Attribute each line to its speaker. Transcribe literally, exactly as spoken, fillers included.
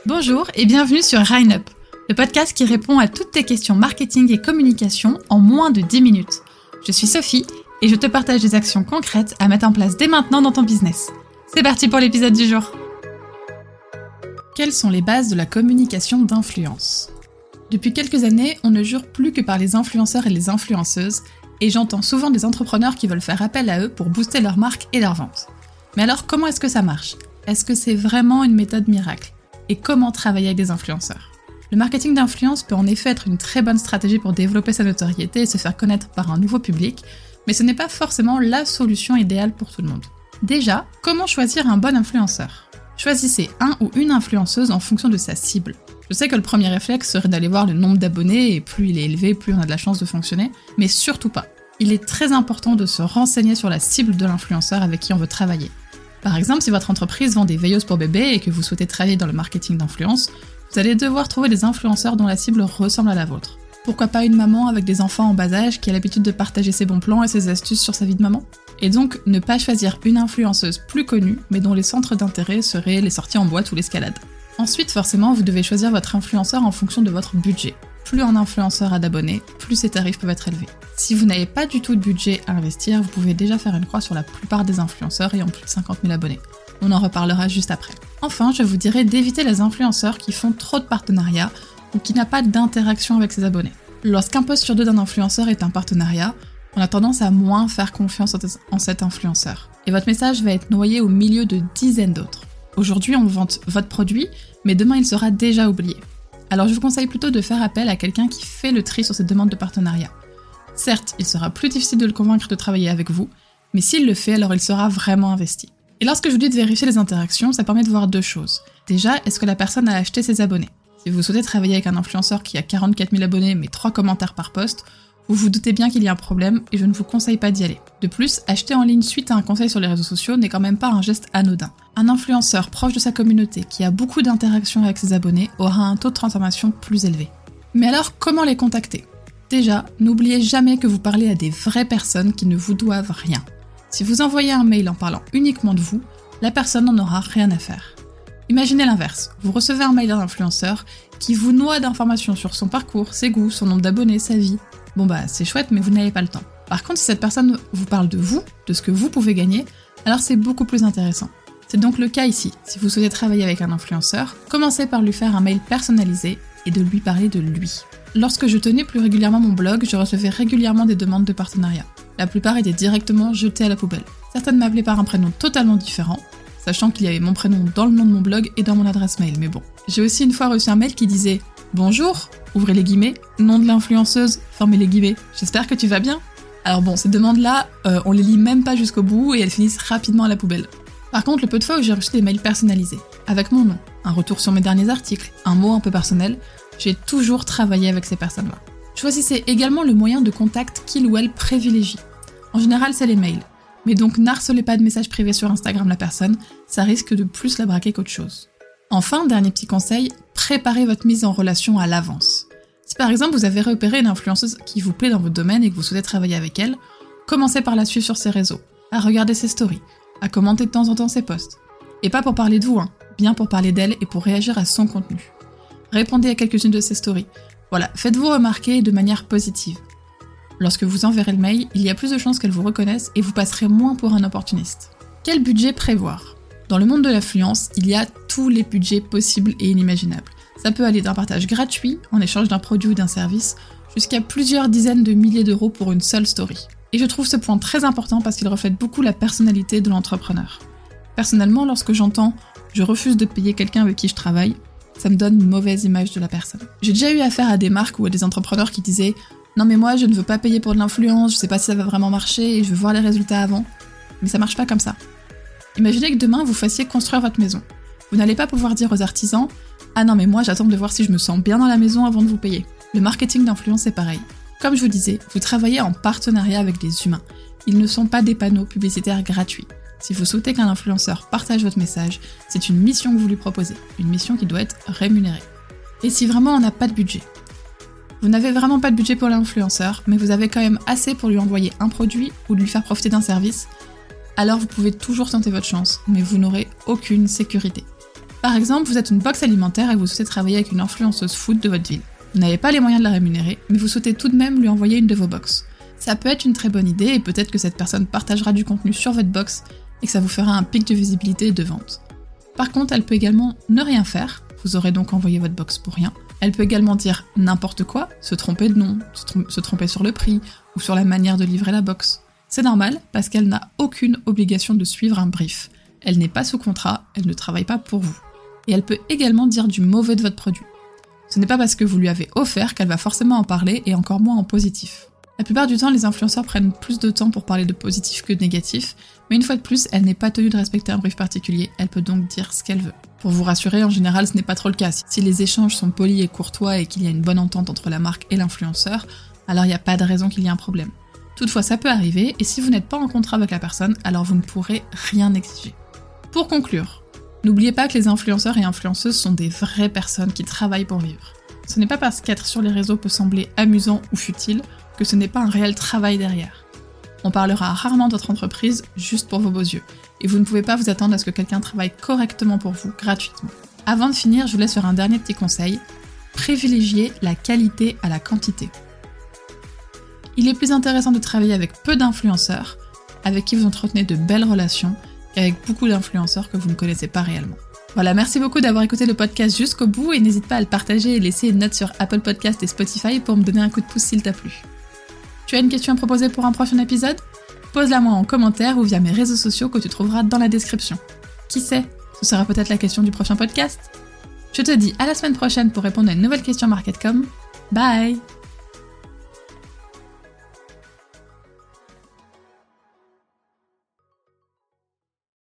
Speaker 1: Bonjour et bienvenue sur Rhine-Up, le podcast qui répond à toutes tes questions marketing et communication en moins de dix minutes. Je suis Sophie et je te partage des actions concrètes à mettre en place dès maintenant dans ton business. C'est parti pour l'épisode du jour. Quelles sont les bases de la communication d'influence ? Depuis quelques années, on ne jure plus que par les influenceurs et les influenceuses, et j'entends souvent des entrepreneurs qui veulent faire appel à eux pour booster leur marque et leur vente. Mais alors, comment est-ce que ça marche ? Est-ce que c'est vraiment une méthode miracle ? Et comment travailler avec des influenceurs ? Le marketing d'influence peut en effet être une très bonne stratégie pour développer sa notoriété et se faire connaître par un nouveau public, mais ce n'est pas forcément la solution idéale pour tout le monde. Déjà, comment choisir un bon influenceur ? Choisissez un ou une influenceuse en fonction de sa cible. Je sais que le premier réflexe serait d'aller voir le nombre d'abonnés, et plus il est élevé, plus on a de la chance de fonctionner, mais surtout pas. Il est très important de se renseigner sur la cible de l'influenceur avec qui on veut travailler. Par exemple, si votre entreprise vend des veilleuses pour bébés et que vous souhaitez travailler dans le marketing d'influence, vous allez devoir trouver des influenceurs dont la cible ressemble à la vôtre. Pourquoi pas une maman avec des enfants en bas âge qui a l'habitude de partager ses bons plans et ses astuces sur sa vie de maman ? Et donc, ne pas choisir une influenceuse plus connue, mais dont les centres d'intérêt seraient les sorties en boîte ou l'escalade. Ensuite, forcément, vous devez choisir votre influenceur en fonction de votre budget. Plus un influenceur a d'abonnés, plus ses tarifs peuvent être élevés. Si vous n'avez pas du tout de budget à investir, vous pouvez déjà faire une croix sur la plupart des influenceurs ayant plus de cinquante mille abonnés. On en reparlera juste après. Enfin, je vous dirais d'éviter les influenceurs qui font trop de partenariats ou qui n'ont pas d'interaction avec ses abonnés. Lorsqu'un post sur deux d'un influenceur est un partenariat, on a tendance à moins faire confiance en cet influenceur. Et votre message va être noyé au milieu de dizaines d'autres. Aujourd'hui, on vante votre produit, mais demain, il sera déjà oublié. Alors je vous conseille plutôt de faire appel à quelqu'un qui fait le tri sur cette demande de partenariat. Certes, il sera plus difficile de le convaincre de travailler avec vous, mais s'il le fait, alors il sera vraiment investi. Et lorsque je vous dis de vérifier les interactions, ça permet de voir deux choses. Déjà, est-ce que la personne a acheté ses abonnés ? Si vous souhaitez travailler avec un influenceur qui a quarante-quatre mille abonnés mais trois commentaires par post, vous vous doutez bien qu'il y a un problème et je ne vous conseille pas d'y aller. De plus, acheter en ligne suite à un conseil sur les réseaux sociaux n'est quand même pas un geste anodin. Un influenceur proche de sa communauté qui a beaucoup d'interactions avec ses abonnés aura un taux de transformation plus élevé. Mais alors, comment les contacter ? Déjà, n'oubliez jamais que vous parlez à des vraies personnes qui ne vous doivent rien. Si vous envoyez un mail en parlant uniquement de vous, la personne n'en aura rien à faire. Imaginez l'inverse, vous recevez un mail d'un influenceur qui vous noie d'informations sur son parcours, ses goûts, son nombre d'abonnés, sa vie. Bon bah c'est chouette mais vous n'avez pas le temps. Par contre si cette personne vous parle de vous, de ce que vous pouvez gagner, alors c'est beaucoup plus intéressant. C'est donc le cas ici. Si vous souhaitez travailler avec un influenceur, commencez par lui faire un mail personnalisé et de lui parler de lui. Lorsque je tenais plus régulièrement mon blog, je recevais régulièrement des demandes de partenariat. La plupart étaient directement jetées à la poubelle. Certaines m'appelaient par un prénom totalement différent, sachant qu'il y avait mon prénom dans le nom de mon blog et dans mon adresse mail, mais bon. J'ai aussi une fois reçu un mail qui disait « Bonjour », ouvrez les guillemets, nom de l'influenceuse, fermez les guillemets, j'espère que tu vas bien. Alors bon, ces demandes-là, euh, on les lit même pas jusqu'au bout et elles finissent rapidement à la poubelle. Par contre, le peu de fois où j'ai reçu des mails personnalisés, avec mon nom, un retour sur mes derniers articles, un mot un peu personnel, j'ai toujours travaillé avec ces personnes-là. Choisissez également le moyen de contact qu'il ou elle privilégie. En général, c'est les mails. Mais donc n'harcelez pas de messages privés sur Instagram la personne, ça risque de plus la braquer qu'autre chose. Enfin, dernier petit conseil, préparez votre mise en relation à l'avance. Si par exemple vous avez repéré une influenceuse qui vous plaît dans votre domaine et que vous souhaitez travailler avec elle, commencez par la suivre sur ses réseaux, à regarder ses stories, à commenter de temps en temps ses posts. Et pas pour parler de vous, hein, bien pour parler d'elle et pour réagir à son contenu. Répondez à quelques-unes de ses stories. Voilà, faites-vous remarquer de manière positive. Lorsque vous enverrez le mail, il y a plus de chances qu'elle vous reconnaisse et vous passerez moins pour un opportuniste. Quel budget prévoir ? Dans le monde de l'affluence, il y a tous les budgets possibles et inimaginables. Ça peut aller d'un partage gratuit, en échange d'un produit ou d'un service, jusqu'à plusieurs dizaines de milliers d'euros pour une seule story. Et je trouve ce point très important parce qu'il reflète beaucoup la personnalité de l'entrepreneur. Personnellement, lorsque j'entends « je refuse de payer quelqu'un avec qui je travaille », ça me donne une mauvaise image de la personne. J'ai déjà eu affaire à des marques ou à des entrepreneurs qui disaient « non mais moi je ne veux pas payer pour de l'influence, je sais pas si ça va vraiment marcher et je veux voir les résultats avant ». Mais ça marche pas comme ça. Imaginez que demain vous fassiez construire votre maison. Vous n'allez pas pouvoir dire aux artisans « ah non mais moi j'attends de voir si je me sens bien dans la maison avant de vous payer ». Le marketing d'influence c'est pareil. Comme je vous disais, vous travaillez en partenariat avec des humains. Ils ne sont pas des panneaux publicitaires gratuits. Si vous souhaitez qu'un influenceur partage votre message, c'est une mission que vous lui proposez, une mission qui doit être rémunérée. Et si vraiment on n'a pas de budget ? Vous n'avez vraiment pas de budget pour l'influenceur, mais vous avez quand même assez pour lui envoyer un produit ou lui faire profiter d'un service, alors vous pouvez toujours tenter votre chance, mais vous n'aurez aucune sécurité. Par exemple, vous êtes une box alimentaire et vous souhaitez travailler avec une influenceuse food de votre ville. Vous n'avez pas les moyens de la rémunérer, mais vous souhaitez tout de même lui envoyer une de vos box. Ça peut être une très bonne idée et peut-être que cette personne partagera du contenu sur votre box et que ça vous fera un pic de visibilité et de vente. Par contre, elle peut également ne rien faire, vous aurez donc envoyé votre box pour rien. Elle peut également dire n'importe quoi, se tromper de nom, se, trom- se tromper sur le prix ou sur la manière de livrer la box. C'est normal parce qu'elle n'a aucune obligation de suivre un brief. Elle n'est pas sous contrat, elle ne travaille pas pour vous. Et elle peut également dire du mauvais de votre produit. Ce n'est pas parce que vous lui avez offert qu'elle va forcément en parler et encore moins en positif. La plupart du temps, les influenceurs prennent plus de temps pour parler de positif que de négatif, mais une fois de plus, elle n'est pas tenue de respecter un brief particulier, elle peut donc dire ce qu'elle veut. Pour vous rassurer, en général, ce n'est pas trop le cas. Si les échanges sont polis et courtois et qu'il y a une bonne entente entre la marque et l'influenceur, alors il n'y a pas de raison qu'il y ait un problème. Toutefois, ça peut arriver, et si vous n'êtes pas en contrat avec la personne, alors vous ne pourrez rien exiger. Pour conclure, n'oubliez pas que les influenceurs et influenceuses sont des vraies personnes qui travaillent pour vivre. Ce n'est pas parce qu'être sur les réseaux peut sembler amusant ou futile que ce n'est pas un réel travail derrière. On parlera rarement de votre entreprise juste pour vos beaux yeux, et vous ne pouvez pas vous attendre à ce que quelqu'un travaille correctement pour vous, gratuitement. Avant de finir, je vous laisse sur un dernier petit conseil. Privilégiez la qualité à la quantité. Il est plus intéressant de travailler avec peu d'influenceurs, avec qui vous entretenez de belles relations, qu'avec beaucoup d'influenceurs que vous ne connaissez pas réellement. Voilà, merci beaucoup d'avoir écouté le podcast jusqu'au bout, et n'hésite pas à le partager et laisser une note sur Apple Podcast et Spotify pour me donner un coup de pouce s'il t'a plu. Tu as une question à proposer pour un prochain épisode ? Pose-la moi en commentaire ou via mes réseaux sociaux que tu trouveras dans la description. Qui sait, ce sera peut-être la question du prochain podcast. Je te dis à la semaine prochaine pour répondre à une nouvelle question MarketCom. Bye!